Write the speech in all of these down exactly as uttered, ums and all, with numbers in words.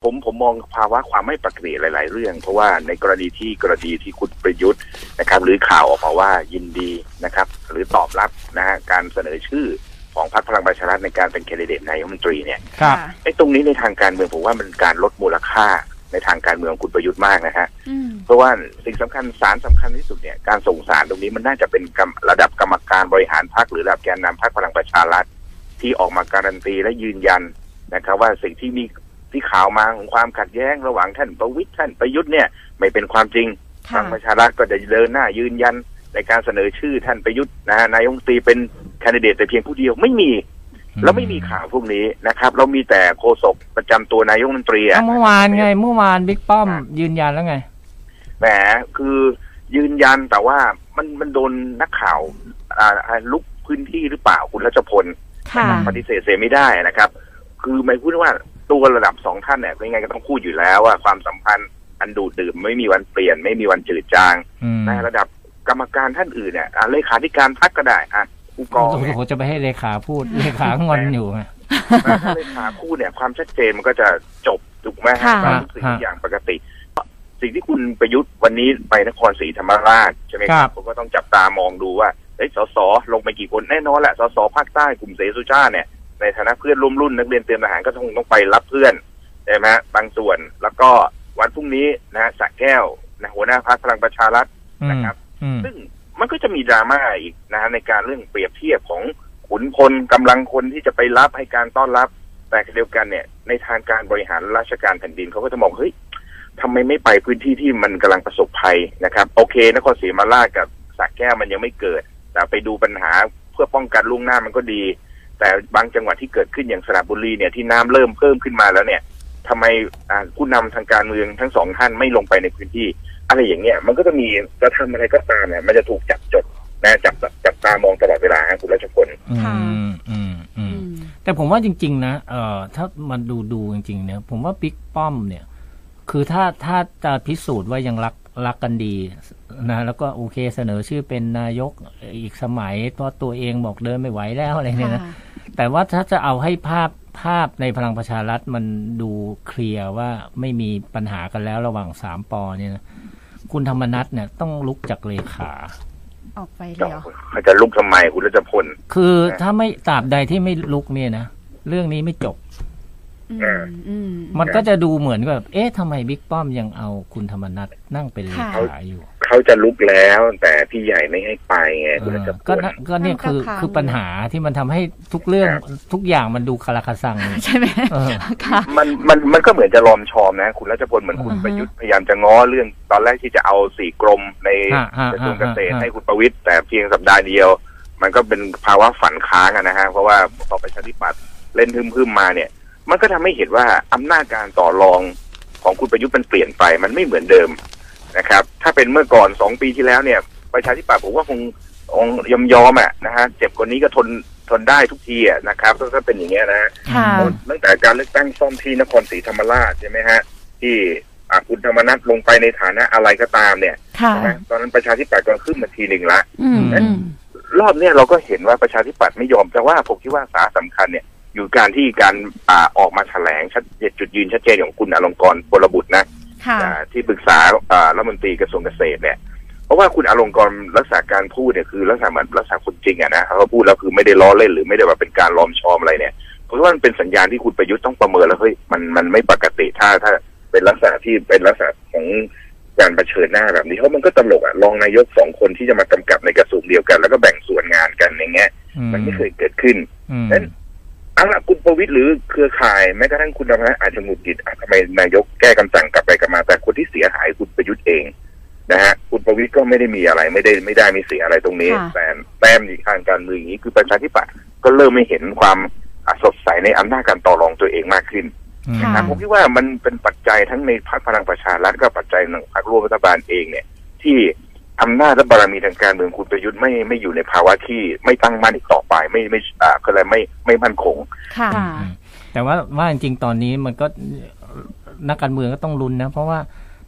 ผมผมมองภาวะความไม่ปกติหลายๆเรื่องเพราะว่าในกรณีที่กรณีที่คุณประยุทธ์นะครับหรือข่าวออกมาว่ายินดีนะครับหรือตอบรับนะฮะการเสนอชื่อของพรรคพลังประชารัฐในการเป็นแคนดิเดตนายกรัฐมนตรีเนี่ยไอ้ตรงนี้ในทางการเมืองผมว่ามันการลดมูลค่าในทางการเมืองคุณประยุทธ์มากนะฮะเพราะว่าสิ่งสำคัญสารสำคัญที่สุดเนี่ยการส่งสารตรงนี้มันน่าจะเป็นระดับกรรมการบริหารพรรคหรือระดับแกนนำพรรคพลังประชารัฐที่ออกมาการันตีและยืนยันนะครับว่าสิ่งที่มีที่ข่าวมาของความขัดแย้งระหว่างท่านประวิตรท่านประยุทธ์เนี่ยไม่เป็นความจริงพลังประชารัฐก็จะเดินหน้ายืนยันในการเสนอชื่อท่านประยุทธ์นะนายกรัฐมนตรีเป็นแคนดิเดตแต่เพียงผู้เดียวไม่มีแล้วไม่มีข่าวพวกนี้นะครับเรามีแต่โฆษกประจำตัวนายกรัฐมนตรีเมื่อวานไงเมื่อวานบิ๊กป้อมยืนยันแล้วไงแหมคือยืนยันแต่ว่ามันมันโดนนักข่าวอ่าลุกพื้นที่หรือเปล่าคุณรัชพลปฏิเสธเสียไม่ได้นะครับคือไม่พูดว่าตัวระดับสองท่านเนี่ยยังไงก็ต้องพูดอยู่แล้วว่าความสัมพันธ์อันดูดดื่มไม่มีวันเปลี่ยนไม่มีวันจืดจางในระดับกรรมการท่านอื่นเนี่ยเลขาธิการพรรคก็ได้อ่ะผู้กองเนี่ยผมจะไปให้เลขาพูดเลขางอนอยู่ไงเลขาพูดเนี่ยความชัดเจนมันก็จะจบถูกไหมฮะทุกสิ่งทุกอย่างปกติสิ่งที่คุณประยุทธ์วันนี้ไปนครศรีธรรมราชใช่ไหมครับผมก็ต้องจับตามองดูว่าเอ้ยสสลงไปกี่คนแน่นอนแหละสสภาคใต้กลุ่มเสสุชาติเนี่ยในฐานะเพื่อนร่วมรุ่นนักเรียนเตรียมทหารก็ต้องต้องไปรับเพื่อนใช่ไหมบางส่วนแล้วก็วันพรุ่งนี้นะสระแก้วนะหัวหน้าพรรคพลังประชารัฐนะครับซึ่งมันก็จะมีดราม่าอีกนะในการเรื่องเปรียบเทียบของขุนพลกำลังคนที่จะไปรับให้การต้อนรับแต่เดียวกันเนี่ยในทางการบริหารราชการแผ่นดินเขาก็จะมองเฮ้ยทำไมไม่ไปพื้นที่ที่มันกำลังประสบภัยนะครับโอเคนครศรีธรรมราชกับสระแก้วมันยังไม่เกิดแต่ไปดูปัญหาเพื่อป้องกันล่วงหน้ามันก็ดีแต่บางจังหวัดที่เกิดขึ้นอย่างสระบุรีเนี่ยที่น้ำเริ่มเพิ่มขึ้นมาแล้วเนี่ยทำไมผู้นำทางการเมืองทั้งสองท่านไม่ลงไปในพื้นที่อะไรอย่างเงี้ยมันก็จะมีจะทำอะไรก็ตามเนี่ยมันจะถูกจับจดนะจับจับตามองตลอดเวลาคุณรัชพลอืมอืมอืมแต่ผมว่าจริงๆนะเอ่อถ้ามันดูดูจริงๆเนี่ยผมว่าบิ๊กป้อมเนี่ยคือถ้าถ้าจะพิสูจน์ว่ายังรักรักกันดีนะแล้วก็โอเคเสนอชื่อเป็นนายกอีกสมัยเพราะตัวเองบอกเดินไม่ไหวแล้วอะไรเนี่ยนะแต่ว่าถ้าจะเอาให้ภาพภาพในพลังประชารัฐมันดูเคลียร์ว่าไม่มีปัญหากันแล้วระหว่างสามป.เนี่ยนะคุณธรรมนัสเนี่ยต้องลุกจากเลขาออกไปแล้วเขาจะลุกทำไมคุณรัชพลคือถ้าไม่ตราบใดที่ไม่ลุกเนี่ยนะเรื่องนี้ไม่จบมันก็จะดูเหมือนแบบเอ๊ะทำไมบิ๊กป้อมยังเอาคุณธรรมนัสนั่งเป็นเลขาอยู่เขาจะลุกแล้วแต่พี่ใหญ่ไม่ให้ไปไงคุณรัชพลก็ก็เนี่ยคือคือปัญหาที่มันทำให้ทุกเรื่องทุกอย่างมันดูคาราคาซังใช่ไหมมันมันมันก็เหมือนจะลอมชอมนะคุณรัชพลเหมือนคุณประยุทธ์พยายามจะง้อเรื่องตอนแรกที่จะเอาสี่กรมในกระทรวงเกษตรให้คุณประวิตรแต่เพียงสัปดาห์เดียวมันก็เป็นภาวะฝันค้างนะฮะเพราะว่าพอประชาธิปัตย์เล่นฮึ่มๆมาเนี่ยมันก็ทำให้เห็นว่าอำนาจการต่อรองของคุณประยุทธ์มันเปลี่ยนไปมันไม่เหมือนเดิมนะครับถ้าเป็นเมื่อก่อนสองปีที่แล้วเนี่ยประชาธิปัตย์ผมว่าคงองยอมยอมอ่ะนะฮะเจ็บคนนี้ก็ทนทนได้ทุกทีอ่ะนะครับถ้าเป็นอย่างเงี้ยนะตั้งแต่การเลือกตั้งซ่อมที่นครศรีธรรมราชใช่ไหมฮะที่คุณธรรมนัสลงไปในฐานะอะไรก็ตามเนี่ยตอนนั้นประชาธิปัตย์ก็ขึ้นมาทีหนึ่งละรอบเนี้ยเราก็เห็นว่าประชาธิปัตย์ไม่ยอมแต่ว่าผมคิดว่าสาสำคัญเนี่ยอยู่การที่การอ่าออกมาแถลงชัดจุดยืนชัดเจนของคุณอลงกรณ์พลบุตรนะที่ปรึกษาอ่ารัฐมนตรีกระทรวงเกษตรเนี่ยเพราะว่าคุณอลงกรณ์รักษาการพูดเนี่ยคือลักษณะเหมือนรักษาคนจริงอะนะเขาพูดแล้วคือไม่ได้ล้อเล่นหรือไม่ได้ว่าเป็นการล้อมชอมอะไรเนี่ยเพราะว่ามันเป็นสัญญาณที่คุณประยุทธ์ต้องประเมินแล้วเฮ้ยมันมันไม่ปกติถ้าถ้าเป็นลักษณะที่เป็นลักษณะของการเผชิญหน้าแบบนี้เพราะมันก็ตลกอะรองนายกสองคนที่จะมากำกับในกระทรวงเดียวกันแล้วก็แบ่งส่วนงานกันอย่างเงี้ยมันไม่เคยเกิดขึ้นนั้นเอาละคุณประวิตรหรือเครือข่ายแม้กระทั่งคุณธรรมนัสอาจจะหงุดหงิดทำไมนายกแก้คำสั่งกลับไปกลับมาแต่คนที่เสียหายคุณประยุทธ์เองนะฮะคุณประวิตรก็ไม่ได้มีอะไรไม่ได้ไม่ได้มีเสียอะไรตรงนี้แต่แต้มในทางการเมืองอย่างนี้คือประชาธิปัตย์ก็เริ่มไม่เห็นความสดใสในอำนาจการต่อรองตัวเองมากขึ้นนะผมคิดว่ามันเป็นปัจจัยทั้งในพรรคพลังประชารัฐก็ปัจจัยในพรรคร่วมรัฐบาลเองเนี่ยที่อำนาจและบารมีทางการเมืองคุณประยุทธ์ไม่ไม่อยู่ในภาวะที่ไม่ตั้งมั่นอีกต่อไปไม่ไม่อ่าก็เลยไม่ไม่มั่นคงค่ะแต่ว่าว่าจริงๆตอนนี้มันก็นักการเมืองก็ต้องลุ้นนะเพราะว่า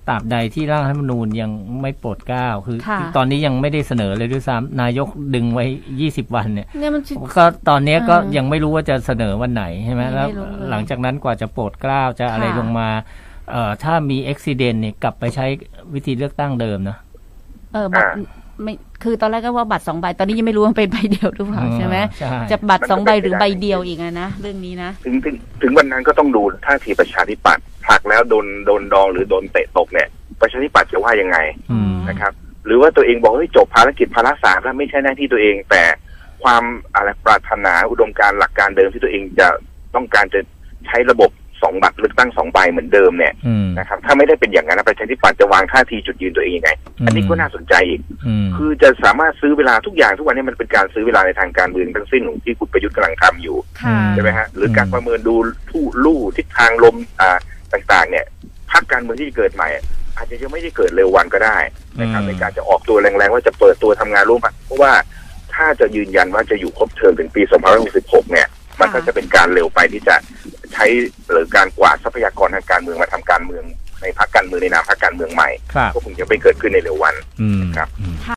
ตราบใดที่ร่างรัฐธรรมนูญยังไม่โปรดเกล้าคือตอนนี้ยังไม่ได้เสนอเลยด้วยซ้ำนายกดึงไว้ยี่สิบวันเนี่ยก็ตอนนี้ก็ยังไม่รู้ว่าจะเสนอวันไหนใช่ไหมแล้วหลังจากนั้นกว่าจะโปรดเกล้าจะอะไรลงมาเอ่อถ้ามีอุบิเหตุเนี่ยกลับไปใช้วิธีเลือกตั้งเดิมนะเออบัตรไม่คือตอนแรกก็ว่าบัตรสองใบตอนนี้ยังไม่รู้ว่าเป็นใบเดียวหรือเปล่าใช่ไหมจะบัตรสองใบหรือใบเดียวอีกนะเรื่องนี้นะถึงถึงถึงวันนั้นก็ต้องดูท่าทีประชาธิปัตย์ผลักแล้วโดนโดนดองหรือโดนเตะตกเนี่ยประชาธิปัตย์จะว่ายังไงนะครับหรือว่าตัวเองบอกเฮ้ยจบภารกิจภาระสามแล้วไม่ใช่หน้าที่ตัวเองแต่ความอะไรปรารถนาอุดมการณ์หลักการเดิมที่ตัวเองจะต้องการจะใช้ระบบสองบัตรเลือกตั้งสองใบเหมือนเดิมเนี่ยนะครับถ้าไม่ได้เป็นอย่างนั้นประชาธิปัตย์จะวางท่าทีจุดยืนตัวเองยังไงอันนี้ก็น่าสนใจอีกคือจะสามารถซื้อเวลาทุกอย่างทุกวันนี้มันเป็นการซื้อเวลาในทางการเมืองทั้งสิ้นของที่คุณประยุทธ์กำลังทำอยู่ใช่ไหมฮะหรือการประเมินดูทู่ลู่ทิศทางลมอ่าต่างๆเนี่ยพรรคการเมืองที่จะเกิดใหม่อาจจะยังไม่ได้เกิดเร็ววันก็ได้นะครับในการจะออกตัวแรงๆว่าจะเปิดตัวทำงานร่วมกันเพราะว่าถ้าจะยืนยันว่าจะอยู่ครบเทอมถึงปีสองพันห้าร้อยหกสิบหกเนี่ยมันก็จะเป็นการเร็วไปที่จะใช้หรือการกวาดทรัพยากรทางการเมืองมาทำการเมืองในพรรคการเมืองในนามพรรคการเมืองใหม่ก็คงจะไม่เกิดขึ้นในเร็ววันครับ